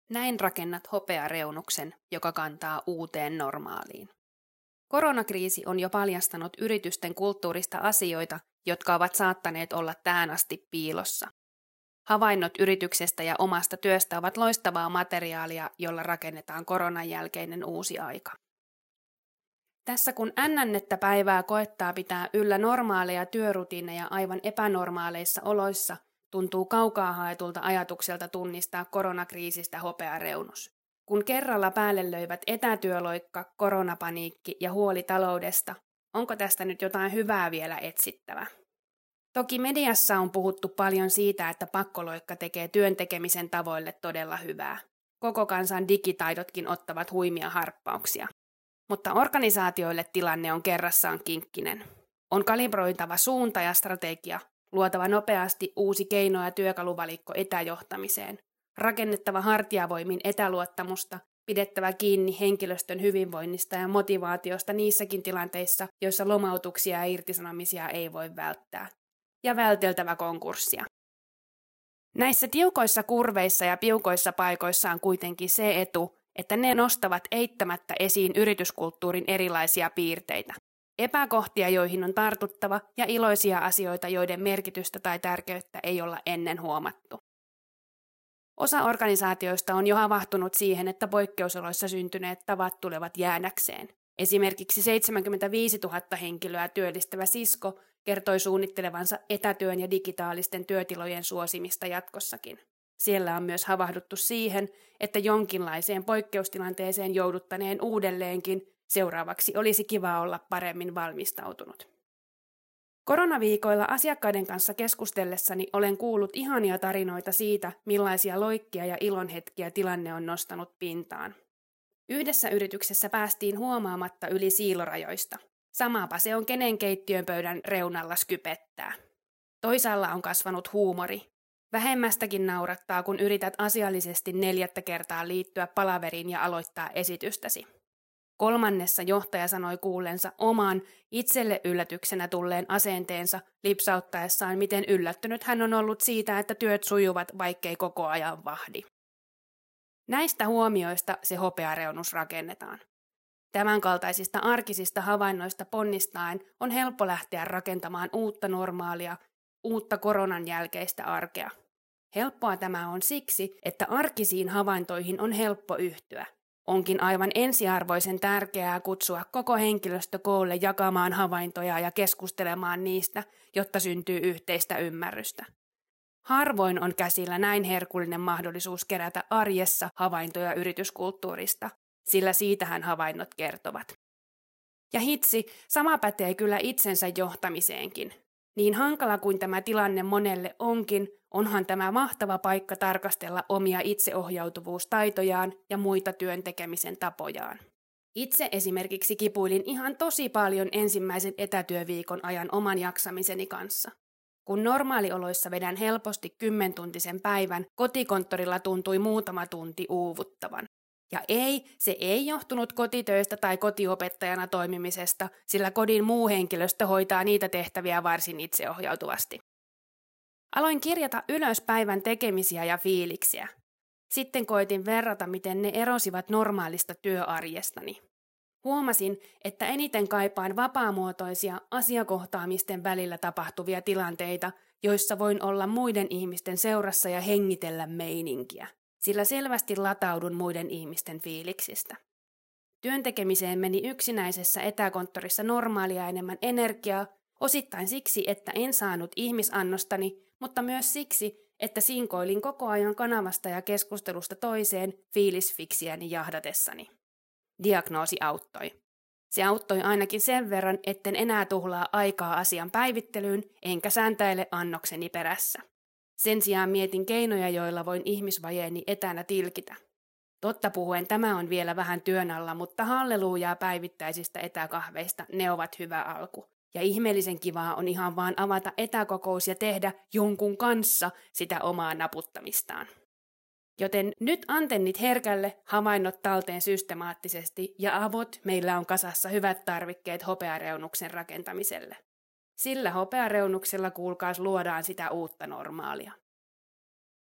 Näin rakennat hopeareunuksen, joka kantaa uuteen normaaliin. Koronakriisi on jo paljastanut yritysten kulttuurista asioita, jotka ovat saattaneet olla tähän asti piilossa. Havainnot yrityksestä ja omasta työstä ovat loistavaa materiaalia, jolla rakennetaan koronan jälkeinen uusi aika. Tässä kun NN päivää koettaa pitää yllä normaaleja työrutiineja aivan epänormaaleissa oloissa, tuntuu kaukaa haetulta ajatukselta tunnistaa koronakriisistä hopeareunus. Kun kerralla päälle löivät etätyöloikka, koronapaniikki ja huoli taloudesta, onko tästä nyt jotain hyvää vielä etsittävä? Toki mediassa on puhuttu paljon siitä, että pakkoloikka tekee työn tekemisen tavoille todella hyvää. Koko kansan digitaidotkin ottavat huimia harppauksia. Mutta organisaatioille tilanne on kerrassaan kinkkinen. On kalibroitava suunta ja strategia, luotava nopeasti uusi keino ja työkaluvalikko etäjohtamiseen, rakennettava hartiavoimin etäluottamusta, pidettävä kiinni henkilöstön hyvinvoinnista ja motivaatiosta niissäkin tilanteissa, joissa lomautuksia ja irtisanomisia ei voi välttää, ja välteltävä konkurssia. Näissä tiukoissa kurveissa ja piukoissa paikoissa on kuitenkin se etu, että ne nostavat eittämättä esiin yrityskulttuurin erilaisia piirteitä. Epäkohtia, joihin on tartuttava, ja iloisia asioita, joiden merkitystä tai tärkeyttä ei olla ennen huomattu. Osa organisaatioista on jo havahtunut siihen, että poikkeusoloissa syntyneet tavat tulevat jäädäkseen. Esimerkiksi 75 000 henkilöä työllistävä Cisco kertoi suunnittelevansa etätyön ja digitaalisten työtilojen suosimista jatkossakin. Siellä on myös havahduttu siihen, että jonkinlaiseen poikkeustilanteeseen jouduttaneen uudelleenkin seuraavaksi olisi kiva olla paremmin valmistautunut. Koronaviikoilla asiakkaiden kanssa keskustellessani olen kuullut ihania tarinoita siitä, millaisia loikkia ja ilonhetkiä tilanne on nostanut pintaan. Yhdessä yrityksessä päästiin huomaamatta yli siilorajoista. Samapa se on kenen keittiönpöydän reunalla skypettää. Toisaalla on kasvanut huumori. Vähemmästäkin naurattaa, kun yrität asiallisesti 4. kertaa liittyä palaveriin ja aloittaa esitystäsi. 3. johtaja sanoi kuullensa oman itselle yllätyksenä tulleen asenteensa lipsauttaessaan, miten yllättynyt hän on ollut siitä, että työt sujuvat, vaikkei koko ajan vahdi. Näistä huomioista se hopeareunus rakennetaan. Tämänkaltaisista arkisista havainnoista ponnistaen on helppo lähteä rakentamaan uutta normaalia, uutta koronan jälkeistä arkea. Helppoa tämä on siksi, että arkisiin havaintoihin on helppo yhtyä. Onkin aivan ensiarvoisen tärkeää kutsua koko henkilöstö koolle jakamaan havaintoja ja keskustelemaan niistä, jotta syntyy yhteistä ymmärrystä. Harvoin on käsillä näin herkullinen mahdollisuus kerätä arjessa havaintoja yrityskulttuurista, sillä siitähän havainnot kertovat. Ja hitsi, sama pätee kyllä itsensä johtamiseenkin. Niin hankala kuin tämä tilanne monelle onkin, onhan tämä mahtava paikka tarkastella omia itseohjautuvuustaitojaan ja muita työn tekemisen tapojaan. Itse esimerkiksi kipuilin ihan tosi paljon ensimmäisen etätyöviikon ajan oman jaksamiseni kanssa. Kun normaalioloissa vedän helposti 10-tuntisen päivän, kotikonttorilla tuntui muutama tunti uuvuttavan. Ja se ei johtunut kotitöistä tai kotiopettajana toimimisesta, sillä kodin muu henkilöstö hoitaa niitä tehtäviä varsin itseohjautuvasti. Aloin kirjata ylös päivän tekemisiä ja fiiliksiä. Sitten koitin verrata, miten ne erosivat normaalista työarjestani. Huomasin, että eniten kaipaan vapaamuotoisia asiakohtaamisten välillä tapahtuvia tilanteita, joissa voin olla muiden ihmisten seurassa ja hengitellä meininkiä, sillä selvästi lataudun muiden ihmisten fiiliksistä. Työn tekemiseen meni yksinäisessä etäkonttorissa normaalia enemmän energiaa, osittain siksi, että en saanut ihmisannostani, mutta myös siksi, että sinkoilin koko ajan kanavasta ja keskustelusta toiseen fiilisfiksiäni jahdatessani. Diagnoosi auttoi. Se auttoi ainakin sen verran, etten enää tuhlaa aikaa asian päivittelyyn, enkä sääntäile annokseni perässä. Sen sijaan mietin keinoja, joilla voin ihmisvajeeni etänä tilkitä. Totta puhuen tämä on vielä vähän työn alla, mutta hallelujaa päivittäisistä etäkahveista, ne ovat hyvä alku. Ja ihmeellisen kivaa on ihan vaan avata etäkokous ja tehdä jonkun kanssa sitä omaa naputtamistaan. Joten nyt antennit herkälle, havainnot talteen systemaattisesti ja avot, meillä on kasassa hyvät tarvikkeet hopeareunuksen rakentamiselle. Sillä hopeareunuksella kuulkaas luodaan sitä uutta normaalia.